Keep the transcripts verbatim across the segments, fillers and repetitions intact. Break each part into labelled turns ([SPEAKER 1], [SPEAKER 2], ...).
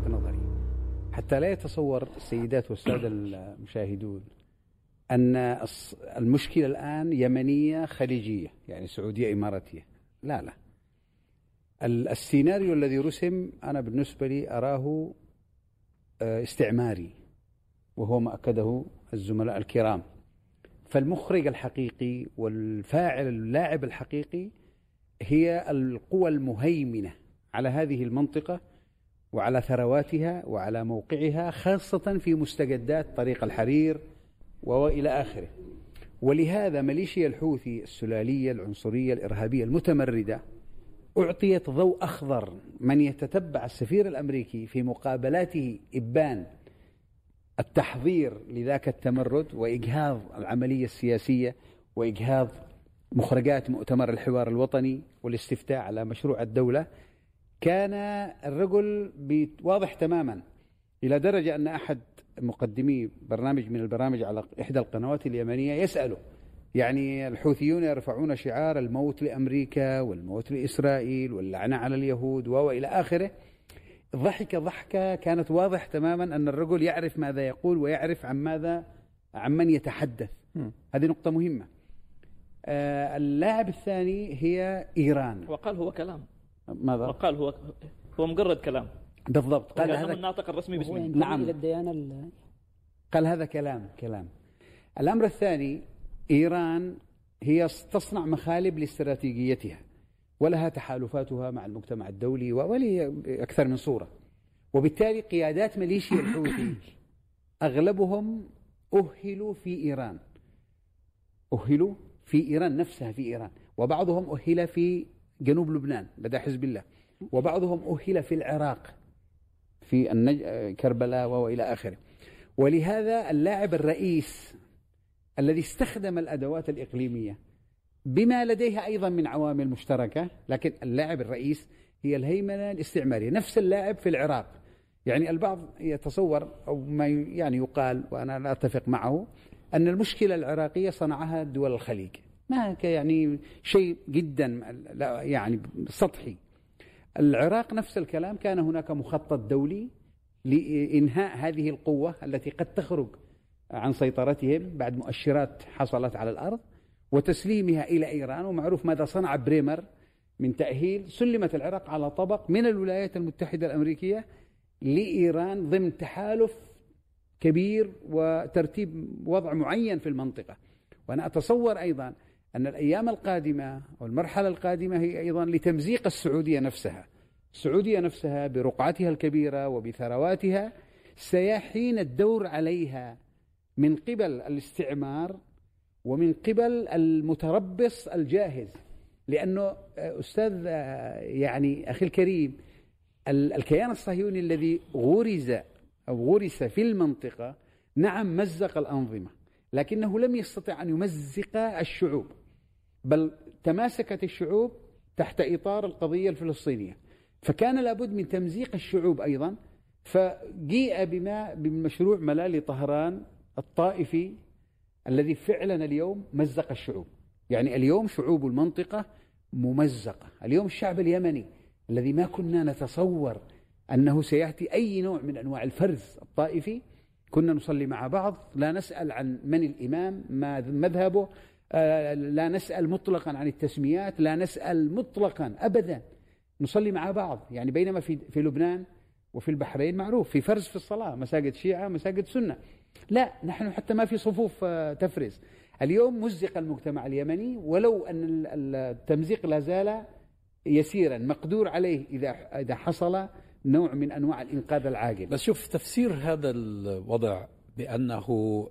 [SPEAKER 1] وجهة نظري، حتى لا يتصور السيدات والسادة المشاهدون أن المشكلة الآن يمنية خليجية، يعني سعودية إماراتية. لا لا، السيناريو الذي رسم أنا بالنسبة لي أراه استعماري، وهو ما أكده الزملاء الكرام. فالمخرج الحقيقي والفاعل اللاعب الحقيقي هي القوى المهيمنة على هذه المنطقة وعلى ثرواتها وعلى موقعها، خاصة في مستجدات طريق الحرير وإلى آخره. ولهذا ميليشيا الحوثي السلالية العنصرية الإرهابية المتمردة أعطيت ضوء أخضر. من يتتبع السفير الأمريكي في مقابلاته إبان التحضير لذاك التمرد وإجهاض العملية السياسية وإجهاض مخرجات مؤتمر الحوار الوطني والاستفتاء على مشروع الدولة، كان الرجل واضح تماما، إلى درجة أن أحد مقدمي برنامج من البرامج على إحدى القنوات اليمنية يسأله، يعني الحوثيون يرفعون شعار الموت لأمريكا والموت لإسرائيل واللعنة على اليهود وإلى آخره. ضحك ضحكة كانت واضح تماما أن الرجل يعرف ماذا يقول ويعرف عن ماذا عن من يتحدث. م. هذه نقطة مهمة. آه اللاعب الثاني هي إيران.
[SPEAKER 2] وقال هو كلام.
[SPEAKER 1] ماذا؟
[SPEAKER 2] وقال هو هو مجرد كلام.
[SPEAKER 1] بالضبط.
[SPEAKER 2] قال هذا الناطق الرسمي باسمه.
[SPEAKER 1] نعم.
[SPEAKER 3] إلى الديانة
[SPEAKER 1] قال هذا كلام كلام. الأمر الثاني، إيران هي تصنع مخالب لاستراتيجيتها ولها تحالفاتها مع المجتمع الدولي ولي أكثر من صورة، وبالتالي قيادات ميليشيا الحوثي أغلبهم أهلوا في إيران، أهلوا في إيران نفسها في إيران، وبعضهم أهل في جنوب لبنان لدى حزب الله، وبعضهم أهل في العراق في النج... كربلاء وإلى آخره. ولهذا اللاعب الرئيس الذي استخدم الأدوات الإقليمية بما لديها أيضا من عوامل مشتركة، لكن اللاعب الرئيس هي الهيمنة الاستعمارية. نفس اللاعب في العراق، يعني البعض يتصور أو ما يعني يقال وأنا لا أتفق معه أن المشكلة العراقية صنعها دول الخليج، ما يعني شيء جدا يعني سطحي. العراق نفس الكلام، كان هناك مخطط دولي لإنهاء هذه القوة التي قد تخرج عن سيطرتهم بعد مؤشرات حصلت على الأرض وتسليمها إلى إيران. ومعروف ماذا صنع بريمر من تأهيل. سلمت العراق على طبق من الولايات المتحدة الأمريكية لإيران ضمن تحالف كبير وترتيب وضع معين في المنطقة. وأنا أتصور أيضا أن الأيام القادمة والمرحلة القادمة هي أيضا لتمزيق السعودية نفسها. السعودية نفسها برقعتها الكبيرة وبثرواتها سيحين الدور عليها من قبل الاستعمار ومن قبل المتربص الجاهز. لأنه أستاذ يعني أخي الكريم، الكيان الصهيوني الذي غرز أو غرس في المنطقة نعم مزق الأنظمة، لكنه لم يستطع أن يمزق الشعوب، بل تماسكت الشعوب تحت إطار القضية الفلسطينية. فكان لابد من تمزيق الشعوب أيضا، فجيء بما بمشروع ملالي طهران الطائفي الذي فعلا اليوم مزق الشعوب. يعني اليوم شعوب المنطقة ممزقة. اليوم الشعب اليمني الذي ما كنا نتصور أنه سيأتي أي نوع من أنواع الفرز الطائفي، كنا نصلي مع بعض، لا نسأل عن من الإمام ما مذهبه، لا نسأل مطلقا عن التسميات، لا نسأل مطلقا أبدا، نصلي مع بعض. يعني بينما في في لبنان وفي البحرين معروف في فرز في الصلاة، مساجد شيعة مساجد سنة، لا نحن حتى ما في صفوف تفرز. اليوم مزق المجتمع اليمني، ولو أن التمزيق لا زال يسيرا مقدور عليه إذا إذا حصل نوع من أنواع الإنقاذ العاجل.
[SPEAKER 4] بس شوف تفسير هذا الوضع بأنه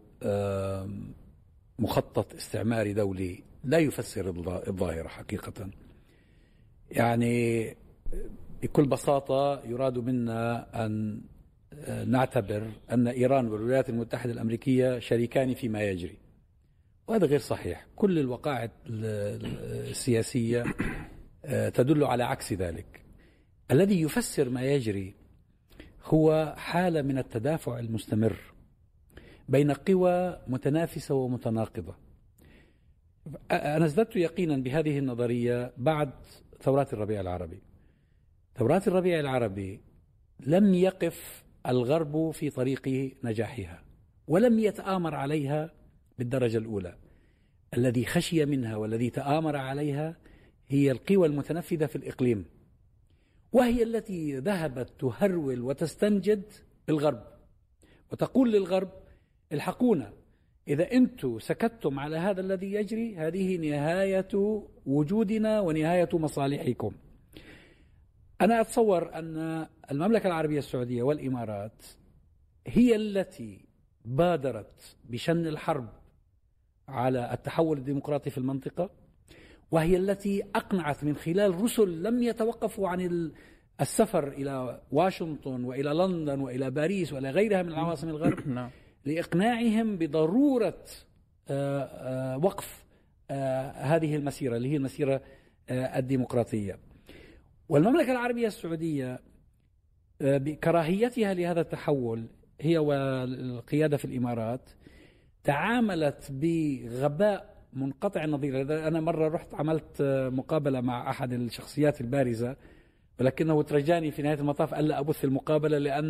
[SPEAKER 4] مخطط استعماري دولي لا يفسر الظاهرة حقيقة. يعني بكل بساطة يراد منا أن نعتبر أن إيران والولايات المتحدة الأمريكية شريكان فيما يجري، وهذا غير صحيح. كل الوقائع السياسية تدل على عكس ذلك. الذي يفسر ما يجري هو حالة من التدافع المستمر بين قوى متنافسة ومتناقضة. أنا ازددت يقينا بهذه النظرية بعد ثورات الربيع العربي. ثورات الربيع العربي لم يقف الغرب في طريق نجاحها ولم يتآمر عليها بالدرجة الأولى. الذي خشي منها والذي تآمر عليها هي القوى المتنفذة في الإقليم، وهي التي ذهبت تهرول وتستنجد بالغرب وتقول للغرب الحقونا، إذا أنتم سكتتم على هذا الذي يجري هذه نهاية وجودنا ونهاية مصالحكم. أنا أتصور أن المملكة العربية السعودية والإمارات هي التي بادرت بشن الحرب على التحول الديمقراطي في المنطقة، وهي التي أقنعت من خلال رسل لم يتوقفوا عن السفر إلى واشنطن وإلى لندن وإلى باريس وإلى غيرها من عواصم الغرب لإقناعهم بضرورة وقف هذه المسيرة اللي هي المسيرة الديمقراطية. والمملكة العربية السعودية بكراهيتها لهذا التحول هي والقيادة في الإمارات تعاملت بغباء منقطع النظير. أنا مرة رحت عملت مقابلة مع أحد الشخصيات البارزة، ولكنه ترجاني في نهاية المطاف ألا أبث المقابلة لأن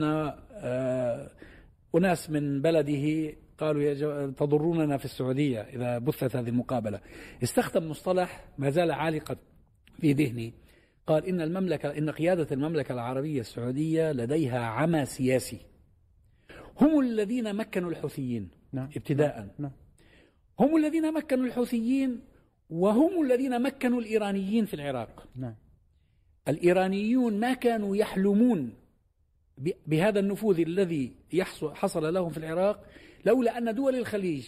[SPEAKER 4] أناس من بلده قالوا تضروننا في السعودية إذا بثت هذه المقابلة. استخدم مصطلح ما زال عالقا في ذهني، قال إن المملكة إن قيادة المملكة العربية السعودية لديها عمى سياسي. هم الذين مكنوا الحوثيين نعم. ابتداء نعم. هم الذين مكنوا الحوثيين وهم الذين مكنوا الإيرانيين في العراق نعم. الإيرانيون ما كانوا يحلمون بهذا النفوذ الذي حصل لهم في العراق لولا أن دول الخليج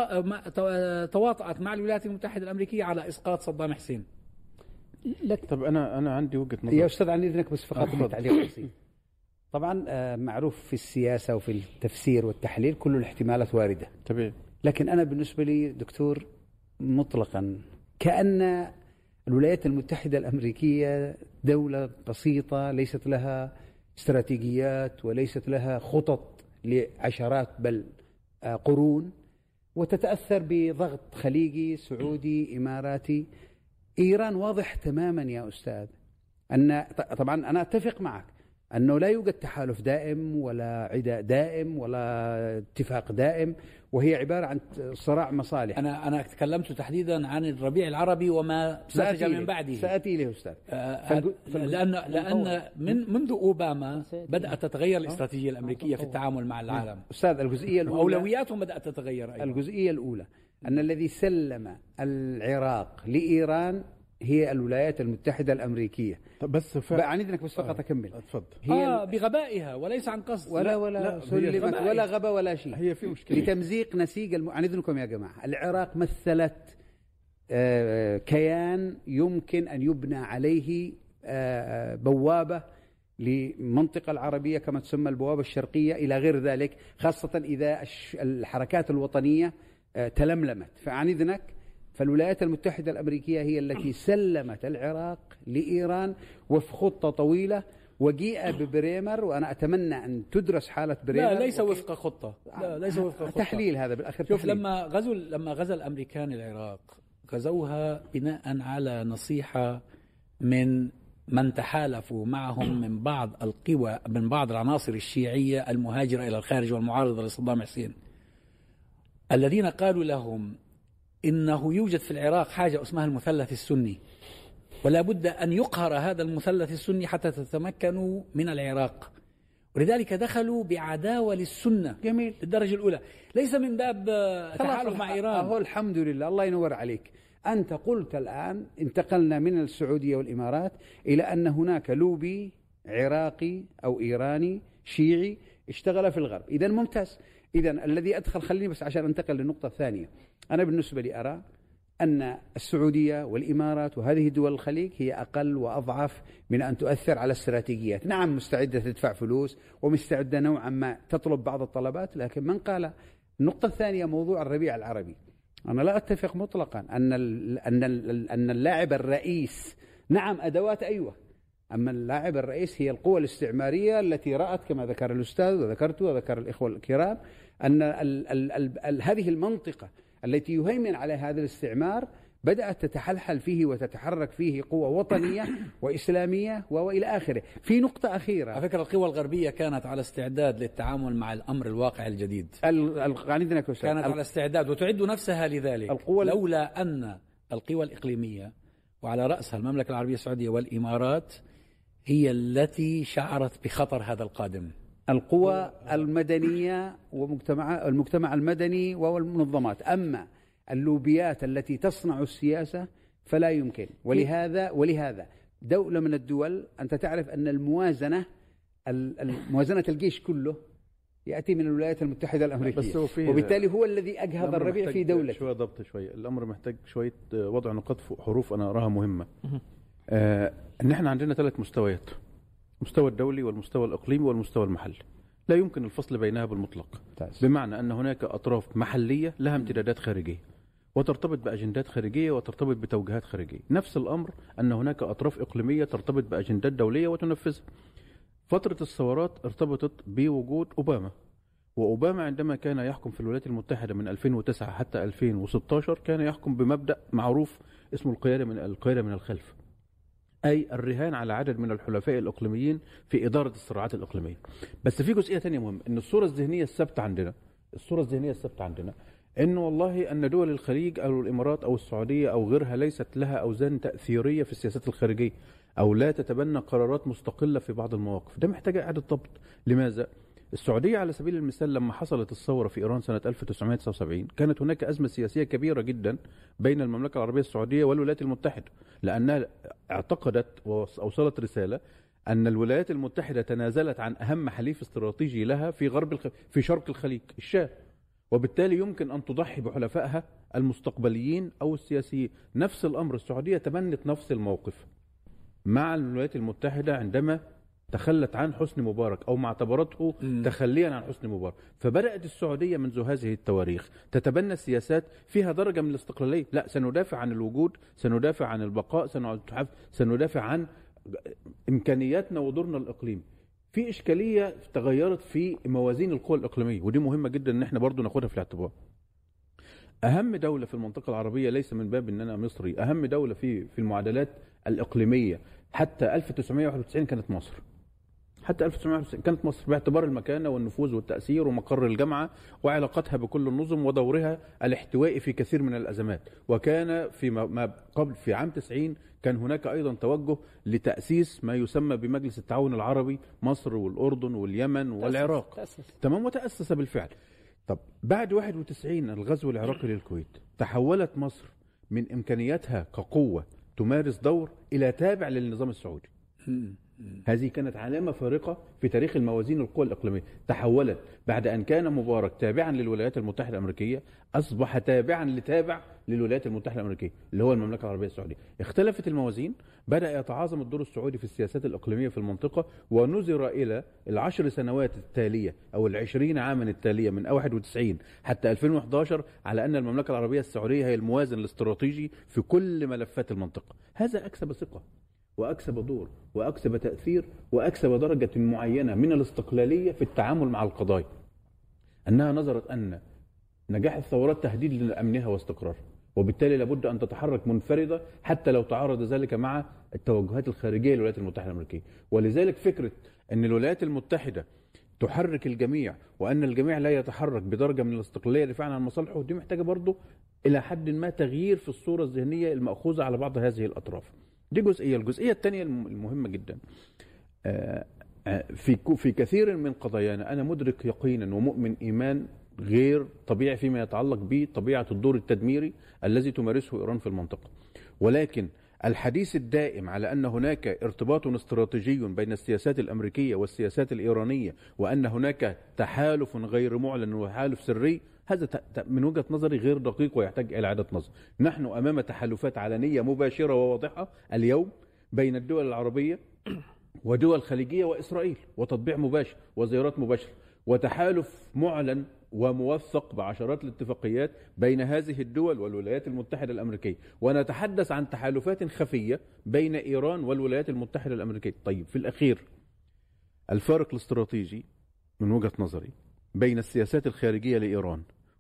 [SPEAKER 4] تواطأت مع الولايات المتحدة الأمريكية على إسقاط صدام حسين.
[SPEAKER 3] لك طب أنا أنا عندي وجهة نظر
[SPEAKER 1] يا أستاذ، عن إذنك بس فقط تعليق بسيط. طبعا معروف في السياسة وفي التفسير والتحليل كل الاحتمالات واردة
[SPEAKER 3] طبيعي،
[SPEAKER 1] لكن أنا بالنسبة لي دكتور مطلقا كأن الولايات المتحدة الأمريكية دولة بسيطة ليست لها استراتيجيات وليست لها خطط لعشرات بل قرون، وتتأثر بضغط خليجي سعودي إماراتي. إيران واضح تماما يا أستاذ أن طبعا أنا أتفق معك أنه لا يوجد تحالف دائم ولا عداء دائم ولا اتفاق دائم، وهي عبارة عن صراع مصالح.
[SPEAKER 4] أنا أنا تكلمت تحديدا عن الربيع العربي وما نتج من بعده.
[SPEAKER 1] سأتي إليه أستاذ.
[SPEAKER 4] آه لأن لأن من منذ أوباما بدأت تتغير الاستراتيجية الأمريكية في التعامل مع العالم.
[SPEAKER 1] أستاذ الجزئية الأولى
[SPEAKER 4] وأولوياتهم بدأت تتغير أيضا.
[SPEAKER 1] الجزئية الأولى أن الذي سلم العراق لإيران هي الولايات المتحدة الأمريكية.
[SPEAKER 3] طب بس ف...
[SPEAKER 1] عن إذنك بس فقط أكمل.
[SPEAKER 3] اتفضل.
[SPEAKER 4] هي آه بغبائها وليس عن قصد.
[SPEAKER 1] ولا ولا سلمت ولا غبا ولا شيء.
[SPEAKER 3] هي في مشكلة
[SPEAKER 1] لتمزيق نسيج الم... عن إذنكم يا جماعة، العراق مثلت آه كيان يمكن أن يبنى عليه آه بوابة لمنطقة العربية كما تسمى البوابة الشرقية إلى غير ذلك، خاصة إذا الحركات الوطنية آه تلملمت. فعن إذنك فالولايات المتحدة الأمريكية هي التي سلمت العراق لإيران وفي خطة طويلة، وجيء ببريمر، وأنا أتمنى أن تدرس حالة بريمر.
[SPEAKER 4] لا ليس وفق خطة، لا ليس وفق خطة.
[SPEAKER 1] تحليل هذا بالأخير.
[SPEAKER 4] شوف
[SPEAKER 1] تحليل.
[SPEAKER 4] لما غزوا لما غزا الأمريكان العراق غزوها بناء على نصيحة من من تحالفوا معهم من بعض القوى من بعض العناصر الشيعية المهاجرة إلى الخارج والمعارضة لصدام حسين، الذين قالوا لهم إنه يوجد في العراق حاجة اسمها المثلث السني، ولا بد أن يقهر هذا المثلث السني حتى تتمكنوا من العراق، ولذلك دخلوا بعداوة للسنة.
[SPEAKER 1] جميل.
[SPEAKER 4] للدرجة الأولى، ليس من باب تحالف مع إيران.
[SPEAKER 1] أهو الحمد لله، الله ينور عليك. أنت قلت الآن انتقلنا من السعودية والإمارات إلى أن هناك لوبي عراقي أو إيراني شيعي اشتغل في الغرب. إذن ممتاز. إذن الذي أدخل، خليني بس عشان أنتقل للنقطة الثانية. أنا بالنسبة لي أرى أن السعودية والإمارات وهذه دول الخليج هي أقل وأضعف من أن تؤثر على الاستراتيجيات. نعم مستعدة تدفع فلوس ومستعدة نوعا ما تطلب بعض الطلبات، لكن من قال. النقطة الثانية موضوع الربيع العربي، أنا لا أتفق مطلقا أن أن أن اللاعب الرئيس، نعم أدوات أيوة، أما اللاعب الرئيس هي القوى الاستعمارية التي رأت كما ذكر الأستاذ وذكرت وذكر الإخوة الكرام أن ال ال ال ال هذه المنطقة التي يهيمن على هذا الاستعمار بدأت تتحلحل فيه وتتحرك فيه قوة وطنية وإسلامية وإلى آخره. في نقطة أخيرة،
[SPEAKER 4] على فكرة القوى الغربية كانت على استعداد للتعامل مع الأمر الواقع الجديد،
[SPEAKER 1] ال... ال...
[SPEAKER 4] كانت على استعداد وتعد نفسها لذلك.
[SPEAKER 1] القوى
[SPEAKER 4] لولا أن القوى الإقليمية وعلى رأسها المملكة العربية السعودية والإمارات هي التي شعرت بخطر هذا القادم.
[SPEAKER 1] القوى المدنية ومجتمع المجتمع المدني والمنظمات. أما اللوبيات التي تصنع السياسة فلا يمكن. ولهذا ولهذا دولة من الدول أنت تعرف أن الموازنة الموازنة الجيش كله يأتي من الولايات المتحدة الأمريكية، وبالتالي هو الذي أجهض الربيع في دولته.
[SPEAKER 3] شوية ضبط شوية الأمر محتاج شوية وضع نقاط حروف أنا أراها مهمة. آه أن احنا عندنا ثلاث مستويات: المستوى الدولي والمستوى الإقليمي والمستوى المحلي. لا يمكن الفصل بينها بالمطلق، بمعنى أن هناك أطراف محلية لها امتدادات خارجية وترتبط بأجندات خارجية وترتبط بتوجيهات خارجية. نفس الأمر أن هناك أطراف إقليمية ترتبط بأجندات دولية وتنفذها. فترة الثورات ارتبطت بوجود أوباما، وأوباما عندما كان يحكم في الولايات المتحدة من ألفين وتسعة حتى ألفين وستة عشر كان يحكم بمبدأ معروف اسمه القيادة من القيادة من الخلف، أي الرهان على عدد من الحلفاء الإقليميين في إدارة الصراعات الإقليمية. بس في جزئية ثانية مهمة، إن الصورة الذهنية الثابتة عندنا الصورة الذهنية الثابتة عندنا إنه والله أن دول الخليج أو الإمارات أو السعودية أو غيرها ليست لها أوزان تأثيرية في السياسات الخارجية أو لا تتبنى قرارات مستقلة في بعض المواقف. ده محتاج إعادة ضبط. لماذا؟ السعودية على سبيل المثال لما حصلت الثورة في إيران سنة ألف وتسعمائة وتسعة وسبعين كانت هناك أزمة سياسية كبيرة جدا بين المملكة العربية السعودية والولايات المتحدة، لأنها اعتقدت وأوصلت رسالة أن الولايات المتحدة تنازلت عن أهم حليف استراتيجي لها في غرب الخ... في شرق الخليج الشام، وبالتالي يمكن أن تضحي بحلفائها المستقبليين أو السياسيين. نفس الأمر السعودية تبنت نفس الموقف مع الولايات المتحدة عندما تخلت عن حسني مبارك أو ما اعتبرته تخليا عن حسني مبارك. فبدأت السعودية منذ هذه التواريخ تتبنى سياسات فيها درجة من الاستقلالية. لا، سندافع عن الوجود، سندافع عن البقاء، سندافع عن إمكانياتنا ودورنا الإقليمي. في إشكالية تغيرت في موازين القوى الإقليمية، ودي مهمة جدا إن احنا برضو ناخدها في الاعتبار. أهم دولة في المنطقة العربية ليس من باب إن أنا مصري، أهم دولة في في المعادلات الإقليمية حتى ألف وتسعمائة وواحد وتسعين كانت مصر. حتى ألف وتسعمائة وواحد وتسعين كانت مصر باعتبار المكانة والنفوذ والتأثير ومقر الجامعة وعلاقتها بكل النظم ودورها الاحتوائي في كثير من الأزمات. وكان في ما قبل في عام تسعين كان هناك أيضا توجه لتأسيس ما يسمى بمجلس التعاون العربي، مصر والأردن واليمن والعراق. تأسس. تمام، وتأسس بالفعل. طب بعد واحد وتسعين الغزو العراقي للكويت تحولت مصر من إمكانياتها كقوة تمارس دور إلى تابع للنظام السعودي. هذه كانت علامة فارقة في تاريخ الموازين القوى الإقليمية. تحولت بعد أن كان مبارك تابعا للولايات المتحدة الأمريكية أصبح تابعا لتابع للولايات المتحدة الأمريكية اللي هو المملكة العربية السعودية. اختلفت الموازين، بدأ يتعاظم الدور السعودي في السياسات الإقليمية في المنطقة، ونظر إلى العشر سنوات التالية أو العشرين عاما التالية من واحد وتسعين حتى ألفين وأحد عشر على أن المملكة العربية السعودية هي الموازن الاستراتيجي في كل ملفات المنطقة. هذا أكسب ثقة وأكسب دور وأكسب تأثير وأكسب درجة معينة من الاستقلالية في التعامل مع القضايا، أنها نظرت أن نجاح الثورات تهديد لأمنها واستقرارها، وبالتالي لابد أن تتحرك منفردة حتى لو تعارض ذلك مع التوجهات الخارجية للولايات المتحدة الأمريكية. ولذلك فكرة أن الولايات المتحدة تحرك الجميع وأن الجميع لا يتحرك بدرجة من الاستقلالية دفاعا عن مصالحه، دي محتاجة برضو إلى حد ما تغيير في الصورة الذهنية المأخوذة على بعض هذه الأطراف. دي جزئية. الجزئية الثانية المهمة جدا، في في كثير من قضايانا أنا مدرك يقينا ومؤمن إيمان غير طبيعي فيما يتعلق بطبيعة الدور التدميري الذي تمارسه إيران في المنطقة، ولكن الحديث الدائم على أن هناك ارتباط استراتيجي بين السياسات الأمريكية والسياسات الإيرانية وأن هناك تحالف غير معلن وتحالف سري، هذا من وجهة نظري غير دقيق ويحتاج إلى إعادة نظر. نحن أمام تحالفات علنية مباشرة وواضحة اليوم بين الدول العربية ودول خليجية وإسرائيل، وتطبيع مباشر وزيارات مباشرة وتحالف معلن وموثق بعشرات الاتفاقيات بين هذه الدول والولايات المتحدة الأمريكية، ونتحدث عن تحالفات خفية بين إيران والولايات المتحدة الأمريكية. طيب في الأخير الفارق الاستراتيجي من وجهة نظري بين السياسات الخارجية لإيران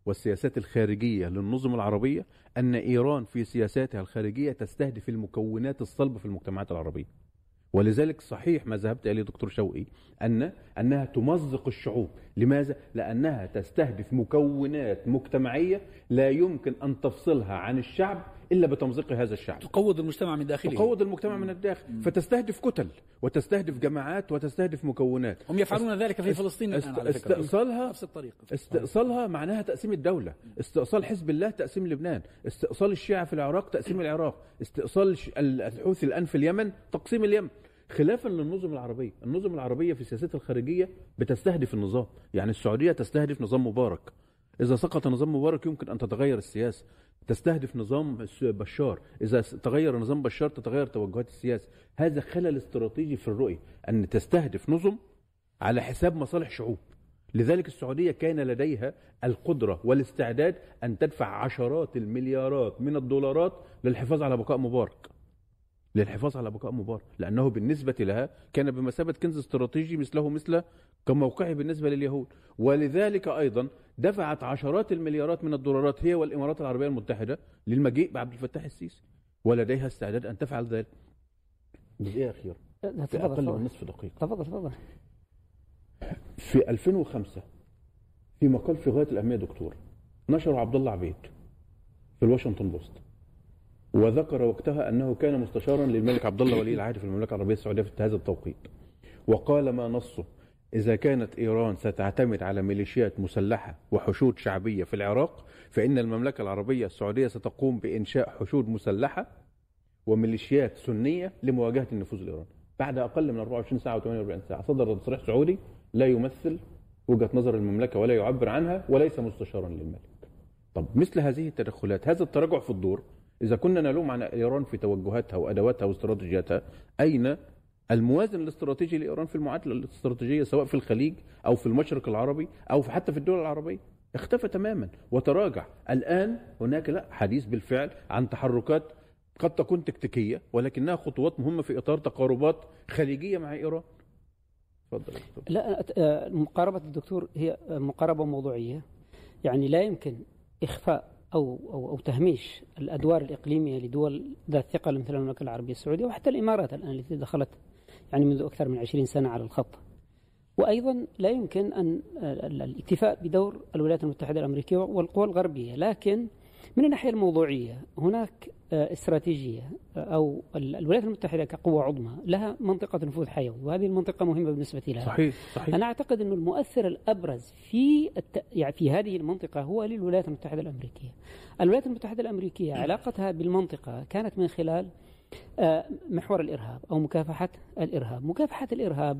[SPEAKER 3] والسياسات الخارجية للنظم العربية أن إيران في سياساتها الخارجية تستهدف المكونات الصلبة في المجتمعات العربية. ولذلك صحيح ما ذهبت إليه دكتور شوقي أن أنها تمزق الشعوب. لماذا؟ لأنها تستهدف مكونات مجتمعية لا يمكن أن تفصلها عن الشعب إلا بتمزيق هذا الشعب.
[SPEAKER 4] تقوض المجتمع من داخله.
[SPEAKER 3] تقوض المجتمع من الداخل. مم. فتستهدف كتل وتستهدف جماعات وتستهدف مكونات.
[SPEAKER 4] هم يفعلون است... ذلك في فلسطين الآن على فكرة.
[SPEAKER 3] استئصالها
[SPEAKER 4] نفس الطريقة.
[SPEAKER 3] استئصالها معناها تقسيم الدولة. استئصال حزب الله تقسيم لبنان. استئصال الشيعة في العراق تقسيم العراق. استئصال الحوثي الآن في اليمن تقسيم اليمن. خلافا للنظم العربية. النظم العربية في سياستها الخارجية بتستهدف النظام. يعني السعودية تستهدف نظام مبارك. إذا سقط نظام مبارك يمكن أن تتغير السياسة. تستهدف نظام بشار. إذا تغير نظام بشار تتغير توجهات السياسة. هذا خلل استراتيجي في الرؤية أن تستهدف نظم على حساب مصالح شعوب. لذلك السعودية كان لديها القدرة والاستعداد أن تدفع عشرات المليارات من الدولارات للحفاظ على بقاء مبارك. للحفاظ على بقاء مبارك لأنه بالنسبة لها كان بمثابة كنز استراتيجي مثله مثل كموقعه بالنسبة لليهود. ولذلك أيضا دفعت عشرات المليارات من الدولارات هي والإمارات العربية المتحدة للمجيء بعبد الفتاح السيسي، ولديها استعداد أن تفعل ذلك. جزئية أخيرة في أقل من نصف دقيقة.
[SPEAKER 5] تفضل تفضل.
[SPEAKER 3] في ألفين وخمسة في مقال في غاية الأهمية دكتور نشر عبد الله عبيد في الواشنطن بوست، وذكر وقتها أنه كان مستشارا للملك عبد الله ولي العهد في المملكة العربية السعودية في هذا التوقيت، وقال ما نصه: إذا كانت إيران ستعتمد على ميليشيات مسلحة وحشود شعبية في العراق فإن المملكة العربية السعودية ستقوم بإنشاء حشود مسلحة وميليشيات سنية لمواجهة النفوذ الإيراني. بعد أقل من أربعة وعشرين ساعة وثمانية وأربعين ساعة صدر تصريح سعودي لا يمثل وجهة نظر المملكة ولا يعبر عنها وليس مستشارا للملك. طب مثل هذه التدخلات، هذا التراجع في الدور، إذا كنا نلوم عن إيران في توجهاتها وأدواتها واستراتيجياتها، أين الموازن الاستراتيجي لإيران في المعادلة الاستراتيجية سواء في الخليج أو في المشرق العربي أو حتى في الدول العربية؟ اختفى تماما وتراجع. الآن هناك لا حديث بالفعل عن تحركات قد تكون تكتيكية ولكنها خطوات مهمة في إطار تقاربات خليجية مع إيران. تفضل.
[SPEAKER 5] لا، مقاربة الدكتور هي مقاربة موضوعية، يعني لا يمكن إخفاء أو, أو, أو تهميش الأدوار الإقليمية لدول ذات ثقل مثل المملكة العربية السعودية وحتى الإمارات الآن التي دخلت يعني منذ أكثر من عشرين سنة على الخط. وأيضا لا يمكن أن الاكتفاء بدور الولايات المتحدة الأمريكية والقوى الغربية، لكن من الناحية الموضوعية هناك استراتيجية أو الولايات المتحدة كقوة عظمى لها منطقة نفوذ حيوي، وهذه المنطقة مهمة بالنسبة لها.
[SPEAKER 3] صحيح صحيح.
[SPEAKER 5] أنا أعتقد أن المؤثر الأبرز في الت... يعني في هذه المنطقة هو للولايات المتحدة الأمريكية. الولايات المتحدة الأمريكية علاقتها بالمنطقة كانت من خلال محور الإرهاب أو مكافحة الإرهاب. مكافحة الإرهاب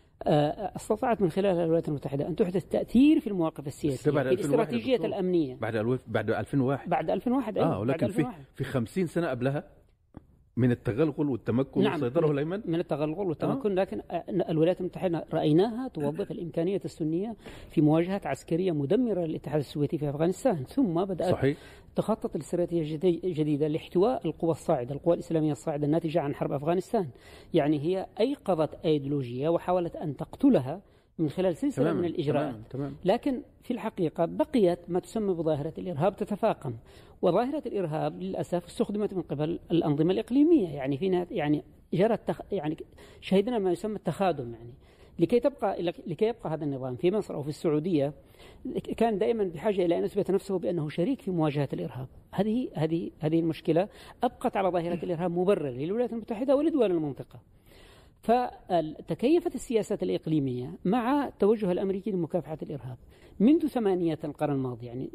[SPEAKER 5] استطاعت من خلال الولايات المتحدة أن تحدث تأثير في المواقف السياسية في الاستراتيجية الأمنية
[SPEAKER 3] بعد الوف... بعد ألفين وواحد
[SPEAKER 5] بعد ألفين وواحد
[SPEAKER 3] آه ولكن في في خمسين سنة قبلها من التغلغل والتمكن
[SPEAKER 5] نعم
[SPEAKER 3] والسيطرة والأيمن
[SPEAKER 5] من التغلغل والتمكن آه. لكن الولايات المتحدة رأيناها توظف الإمكانية السنية في مواجهة عسكرية مدمرة للاتحاد السوفيتي في أفغانستان، ثم بدأت صحيح. تخطط الاستراتيجية جديدة لاحتواء القوى الصاعدة، القوى الإسلامية الصاعدة الناتجة عن حرب أفغانستان. يعني هي أيقظت أيديولوجية وحاولت أن تقتلها من خلال سلسلة تمام. من الإجراءات تمام. تمام. لكن في الحقيقة بقيت ما تسمى بظاهرة الإرهاب تتفاقم، وظاهرة الإرهاب للأسف استخدمت من قبل الأنظمة الإقليمية. يعني فينا يعني جرت تخ... يعني شهدنا ما يسمى التخادم. يعني لكي تبقى لكي يبقى هذا النظام في مصر أو في السعودية كان دائما بحاجة إلى أن يثبت نفسه بأنه شريك في مواجهة الإرهاب. هذه هذه هذه المشكلة أبقت على ظاهرة الإرهاب مبرر للولايات المتحدة ولدول المنطقة. فتكيفت السياسات الإقليمية مع التوجه الأمريكي لمكافحة الإرهاب منذ ثمانينات القرن الماضي. يعني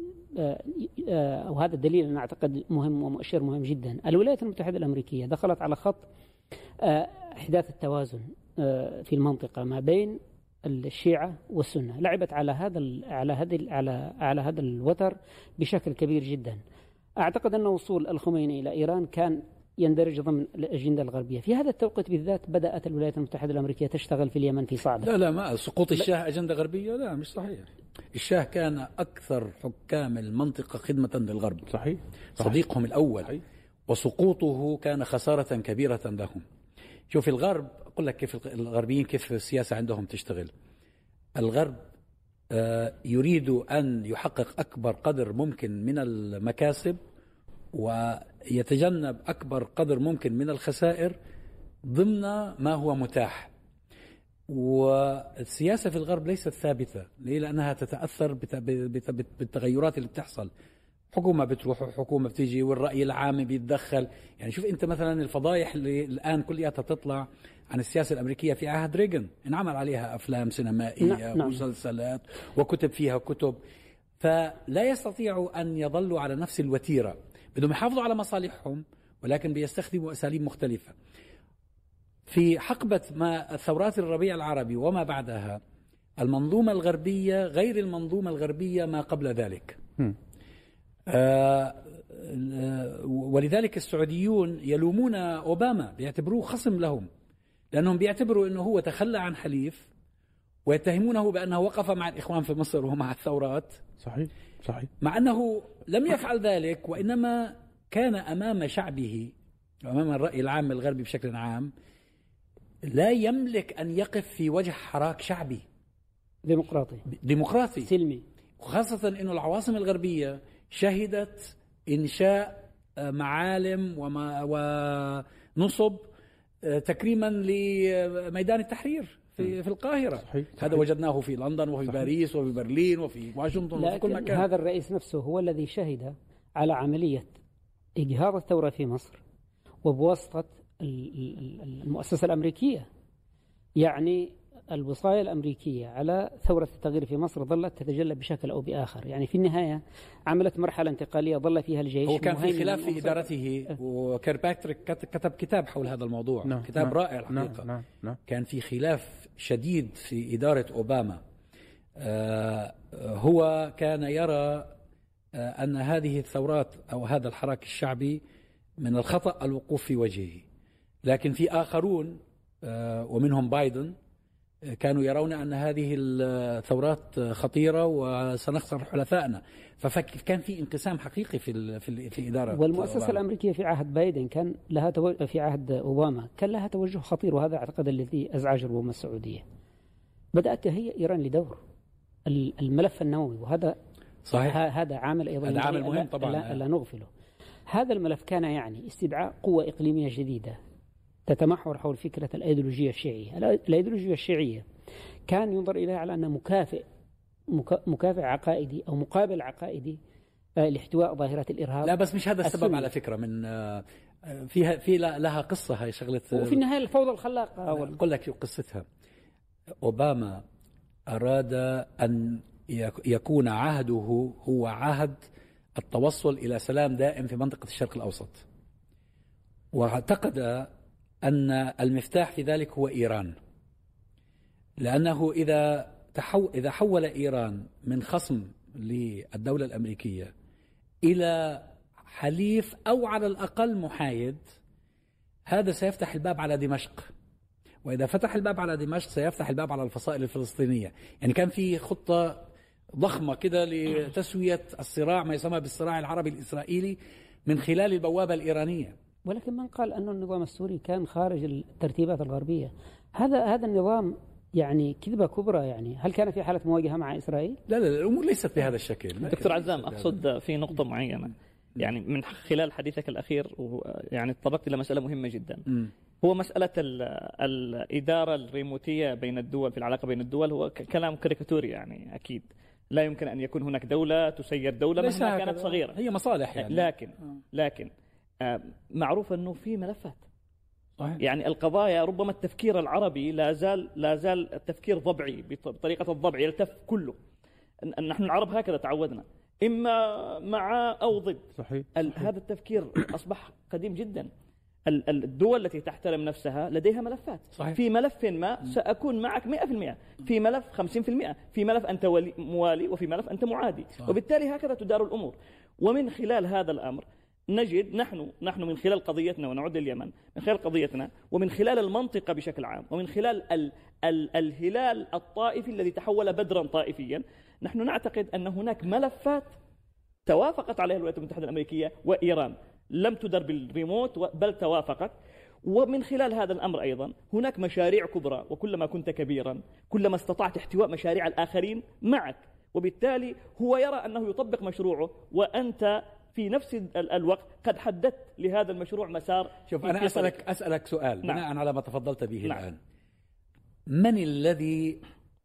[SPEAKER 5] وهذا الدليل أنا أعتقد مهم ومؤشر مهم جدا. الولايات المتحدة الأمريكية دخلت على خط إحداث التوازن في المنطقة ما بين الشيعة والسنة، لعبت على هذا على هذا على على هذا الوتر بشكل كبير جدا. أعتقد أن وصول الخميني إلى إيران كان يندرج ضمن الأجندة الغربية. في هذا التوقيت بالذات بدأت الولايات المتحدة الأمريكية تشتغل في اليمن في صعدة.
[SPEAKER 4] لا لا ما سقوط الشاه أجندة غربية، لا مش صحيح. الشاه كان أكثر حكام المنطقة خدمة للغرب،
[SPEAKER 3] صحيح.
[SPEAKER 4] صديقهم الأول، صحيح. وسقوطه كان خسارة كبيرة لهم. شوف الغرب، أقول لك كيف الغربيين كيف السياسة عندهم تشتغل. الغرب يريد أن يحقق أكبر قدر ممكن من المكاسب ويتجنب أكبر قدر ممكن من الخسائر ضمن ما هو متاح. والسياسة في الغرب ليست ثابتة، ليه؟ لأنها تتأثر بالتغيرات اللي بتحصل، حكومة بتروح وحكومة بتيجي والرأي العام بيتدخل. يعني شوف أنت مثلا الفضايح اللي الآن كلها تطلع عن السياسة الأمريكية في عهد ريغن، انعمل عليها أفلام سينمائية ومسلسلات وكتب فيها كتب، فلا يستطيعوا أن يظلوا على نفس الوتيرة، بدهم يحافظوا على مصالحهم ولكن بيستخدموا أساليب مختلفة. في حقبة ما ثورات الربيع العربي وما بعدها المنظومة الغربية غير المنظومة الغربية ما قبل ذلك. آه ولذلك السعوديون يلومون أوباما، بيعتبروه خصم لهم، لأنهم بيعتبروا أنه هو تخلى عن حليف، ويتهمونه بأنه وقف مع الإخوان في مصر ومع الثورات.
[SPEAKER 3] صحيح صحيح
[SPEAKER 4] مع أنه لم يفعل ذلك، وإنما كان أمام شعبه وأمام الرأي العام الغربي بشكل عام لا يملك أن يقف في وجه حراك شعبي
[SPEAKER 5] ديمقراطي
[SPEAKER 4] ديمقراطي
[SPEAKER 5] سلمي،
[SPEAKER 4] وخاصة أنه العواصم الغربية شهدت إنشاء معالم وما ونصب تكريما لميدان التحرير في في القاهرة.
[SPEAKER 3] صحيح.
[SPEAKER 4] هذا صحيح. وجدناه في لندن وفي صحيح. باريس وفي برلين وفي واشنطن وفي كل مكان.
[SPEAKER 5] هذا الرئيس نفسه هو الذي شهد على عملية إجهاض الثورة في مصر وبواسطة المؤسسة الأمريكية. يعني الوصاية الأمريكية على ثورة التغيير في مصر ظلت تتجلى بشكل أو بآخر. يعني في النهاية عملت مرحلة انتقالية ظل فيها الجيش.
[SPEAKER 4] هو كان في خلاف في إدارته، وكيرباكتريك كتب كتاب حول هذا الموضوع.
[SPEAKER 3] نعم.
[SPEAKER 4] كتاب
[SPEAKER 3] نعم.
[SPEAKER 4] رائع الحقيقة.
[SPEAKER 3] نعم. نعم.
[SPEAKER 4] كان في خلاف شديد في إدارة أوباما. آه هو كان يرى آه أن هذه الثورات أو هذا الحراك الشعبي من الخطأ الوقوف في وجهه، لكن في آخرون آه ومنهم بايدن كانوا يرون أن هذه الثورات خطيرة وسنخسر حلفائنا. فكان في انقسام حقيقي في في في إدارة.
[SPEAKER 5] والمؤسسة
[SPEAKER 4] أوباما.
[SPEAKER 5] الأمريكية في عهد بايدن كان لها توجه، في عهد أوباما كان لها توجه خطير، وهذا أعتقد الذي أزعج الأمم السعودية. بدأت تهيئ إيران لدور الملف النووي، وهذا
[SPEAKER 4] صحيح.
[SPEAKER 5] هذا عامل أيضا
[SPEAKER 4] هذا عامل مهم طبعا
[SPEAKER 5] لا, لا نغفله. هذا الملف كان يعني استدعاء قوة إقليمية جديدة تتمحور حول فكرة الأيديولوجية الشيعية. الأيديولوجية الشيعية كان ينظر إليها على أنها مكافئ مكافئ عقائدي أو مقابل عقائدي لاحتواء ظاهرة الإرهاب.
[SPEAKER 4] لا بس مش هذا السبب
[SPEAKER 5] السنة.
[SPEAKER 4] على فكرة، من فيها في لها قصة هاي شغلة.
[SPEAKER 5] وفي النهاية الفوضى الخلاقة.
[SPEAKER 4] أقول لك قصتها. أوباما أراد أن يكون عهده هو عهد التوصل إلى سلام دائم في منطقة الشرق الأوسط، واعتقد أن المفتاح في ذلك هو إيران، لأنه إذا تحو إذا حول إيران من خصم للدولة الأمريكية إلى حليف أو على الأقل محايد، هذا سيفتح الباب على دمشق، وإذا فتح الباب على دمشق سيفتح الباب على الفصائل الفلسطينية. يعني كان في خطة ضخمة كده لتسوية الصراع، ما يسمى بالصراع العربي الإسرائيلي، من خلال البوابة الإيرانية.
[SPEAKER 5] ولكن من قال أن النظام السوري كان خارج الترتيبات الغربية؟ هذا هذا النظام يعني كذبة كبرى. يعني هل كان في حالة مواجهة مع إسرائيل؟
[SPEAKER 4] لا لا الأمور ليست بهذا الشكل.
[SPEAKER 2] دكتور عزام، أقصد في نقطة معينة، يعني من خلال حديثك الأخير يعني تطرقت إلى مسألة مهمة جدا. م. هو مسألة الإدارة الريموتية بين الدول، في العلاقة بين الدول، هو كلام كاريكاتوري. يعني أكيد لا يمكن أن يكون هناك دولة تسير دولة مهما كانت صغيرة،
[SPEAKER 4] هي مصالح يعني.
[SPEAKER 2] لكن لكن معروف أنه في ملفات. يعني القضايا ربما التفكير العربي لا زال لا زال التفكير ضبعي، بطريقة الضبع يلتف كله. نحن العرب هكذا تعودنا، إما مع أو ضد.
[SPEAKER 3] صحيح.
[SPEAKER 2] هذا التفكير أصبح قديم جدا. الدول التي تحترم نفسها لديها ملفات.
[SPEAKER 4] صحيح.
[SPEAKER 2] في ملف ما سأكون معك مئة في المئة، في ملف خمسين في المئة، في ملف أنت موالي، وفي ملف أنت معادي. صحيح. وبالتالي هكذا تدار الأمور. ومن خلال هذا الأمر نجد نحن نحن من خلال قضيتنا، ونعود لليمن، من خلال قضيتنا ومن خلال المنطقة بشكل عام، ومن خلال ال ال الهلال الطائفي الذي تحول بدرا طائفيا، نحن نعتقد أن هناك ملفات توافقت عليها الولايات المتحدة الأمريكية وإيران، لم تدر بالريموت بل توافقت. ومن خلال هذا الأمر أيضا هناك مشاريع كبرى، وكلما كنت كبيرا كلما استطعت احتواء مشاريع الآخرين معك، وبالتالي هو يرى أنه يطبق مشروعه وأنت في نفس الوقت قد حددت لهذا المشروع مسار.
[SPEAKER 4] شوف أنا أسألك, أسألك سؤال
[SPEAKER 2] نعم.
[SPEAKER 4] بناء على ما تفضلت به
[SPEAKER 2] نعم.
[SPEAKER 4] الآن، من الذي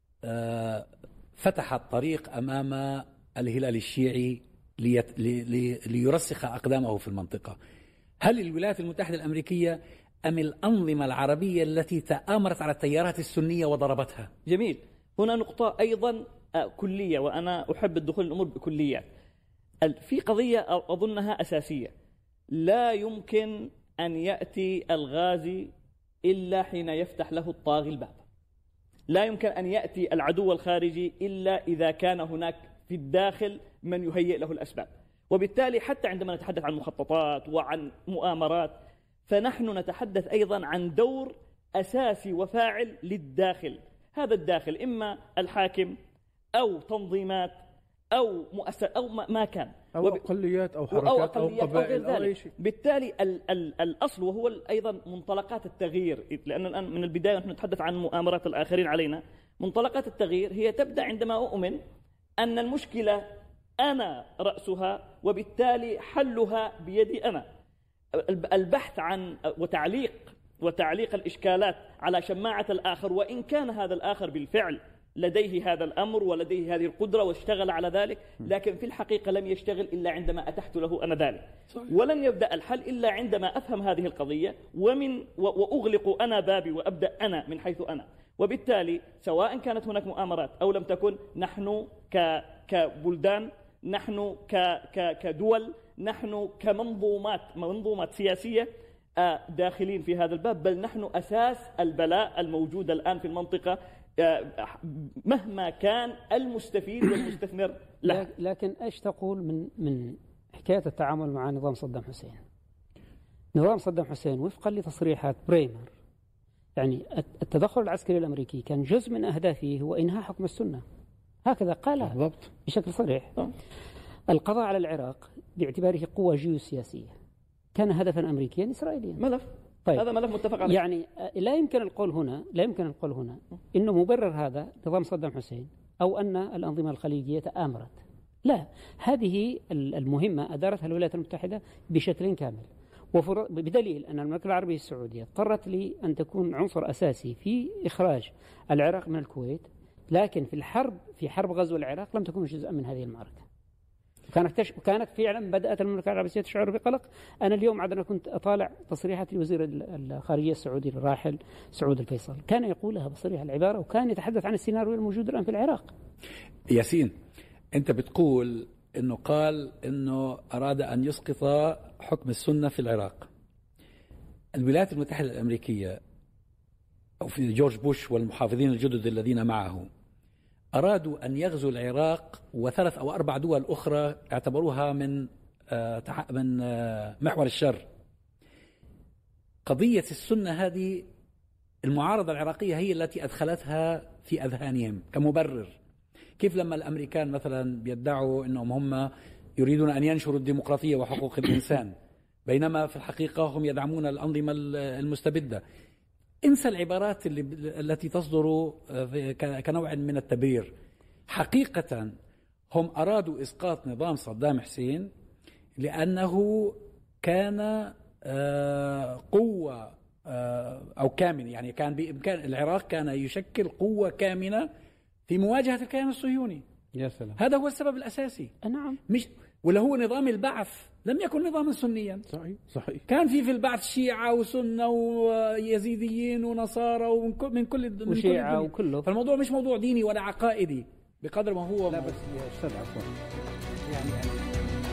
[SPEAKER 4] فتح الطريق أمام الهلال الشيعي ليت... لي... لي... ليرسخ أقدامه في المنطقة؟ هل الولايات المتحدة الأمريكية أم الأنظمة العربية التي تآمرت على التيارات السنية وضربتها؟
[SPEAKER 2] جميل. هنا نقطة أيضا كلية، وأنا أحب الدخول الأمور بكليات. في قضية أظنها أساسية، لا يمكن أن يأتي الغازي إلا حين يفتح له الطاغي الباب. لا يمكن أن يأتي العدو الخارجي إلا إذا كان هناك في الداخل من يهيئ له الأسباب. وبالتالي حتى عندما نتحدث عن مخططات وعن مؤامرات، فنحن نتحدث أيضا عن دور أساسي وفاعل للداخل. هذا الداخل إما الحاكم أو تنظيمات أو مؤسسة أو ما كان،
[SPEAKER 3] أو أقليات أو حركات
[SPEAKER 2] أو, أقليات
[SPEAKER 3] أو قبائل
[SPEAKER 2] أو,
[SPEAKER 3] أو أي شيء.
[SPEAKER 2] بالتالي ال ال الأصل وهو أيضا منطلقات التغيير، لأن الآن من البداية نحن نتحدث عن مؤامرات الآخرين علينا. منطلقات التغيير هي تبدأ عندما أؤمن أن المشكلة أنا رأسها، وبالتالي حلها بيدي أنا. البحث عن وتعليق وتعليق الإشكالات على شماعة الآخر، وإن كان هذا الآخر بالفعل لديه هذا الأمر ولديه هذه القدرة واشتغل على ذلك، لكن في الحقيقة لم يشتغل إلا عندما أتحت له أنا ذلك. ولن يبدأ الحل إلا عندما أفهم هذه القضية ومن وأغلق أنا بابي وأبدأ أنا من حيث أنا. وبالتالي سواء كانت هناك مؤامرات أو لم تكن، نحن كبلدان، نحن كدول، نحن كمنظومات منظومات سياسية داخلين في هذا الباب، بل نحن أساس البلاء الموجود الآن في المنطقة مهما كان المستفيد والمستثمر له.
[SPEAKER 5] لكن ايش تقول من من حكايه التعامل مع نظام صدام حسين؟ نظام صدام حسين وفقا لتصريحات بريمر، يعني التدخل العسكري الامريكي كان جزء من اهدافه هو انهاء حكم السنه، هكذا قالها بالضبط بشكل صريح. القضاء على العراق باعتباره قوه جيوسياسيه كان هدفا امريكيا اسرائيليا.
[SPEAKER 2] ملف
[SPEAKER 5] طيب.
[SPEAKER 2] هذا ملف متفق عليه.
[SPEAKER 5] يعني لا يمكن القول هنا لا يمكن القول هنا إنه مبرر هذا نظام صدام حسين أو أن الأنظمة الخليجية تآمرت. لا، هذه المهمة أدارتها الولايات المتحدة بشكل كامل، بدليل أن المملكة العربية السعودية اضطرت لأن تكون عنصر أساسي في إخراج العراق من الكويت، لكن في الحرب في حرب غزو العراق لم تكن جزءا من هذه المعركة. كانت تش... كانت فعلا بدأت المملكة العربية تشعر بقلق. أنا اليوم عندما كنت أطالع تصريحات وزير الخارجية السعودي الراحل سعود الفيصل، كان يقولها بصريح العبارة، وكان يتحدث عن السيناريو الموجود الآن في العراق.
[SPEAKER 4] ياسين، أنت بتقول أنه قال أنه أراد أن يسقط حكم السنة في العراق. الولايات المتحدة الأمريكية أو في جورج بوش والمحافظين الجدد الذين معه أرادوا أن يغزوا العراق، وثلاث أو أربع دول أخرى اعتبروها من من محور الشر. قضية السنة هذه المعارضة العراقية هي التي أدخلتها في أذهانهم كمبرر. كيف لما الأمريكان مثلا بيدعوا أنهم هم يريدون أن ينشروا الديمقراطية وحقوق الإنسان، بينما في الحقيقة هم يدعمون الأنظمة المستبدة. انسى العبارات اللي التي تصدر كنوع من التبرير. حقيقة هم أرادوا إسقاط نظام صدام حسين لأنه كان قوة أو كامن، يعني كان بإمكان العراق كان يشكل قوة كامنة في مواجهة الكيان الصهيوني.
[SPEAKER 3] يا سلام،
[SPEAKER 4] هذا هو السبب الأساسي.
[SPEAKER 5] نعم،
[SPEAKER 4] مش ولا هو نظام البعث لم يكن نظاما سنيا.
[SPEAKER 3] صحيح صحيح.
[SPEAKER 4] كان في في البعث شيعة وسنة ويزيديين ونصارى ومن كل من كل
[SPEAKER 5] وشيعة وكله.
[SPEAKER 4] فالموضوع مش موضوع ديني ولا عقائدي بقدر ما هو
[SPEAKER 1] لا بس يا أستاذ عفوا يعني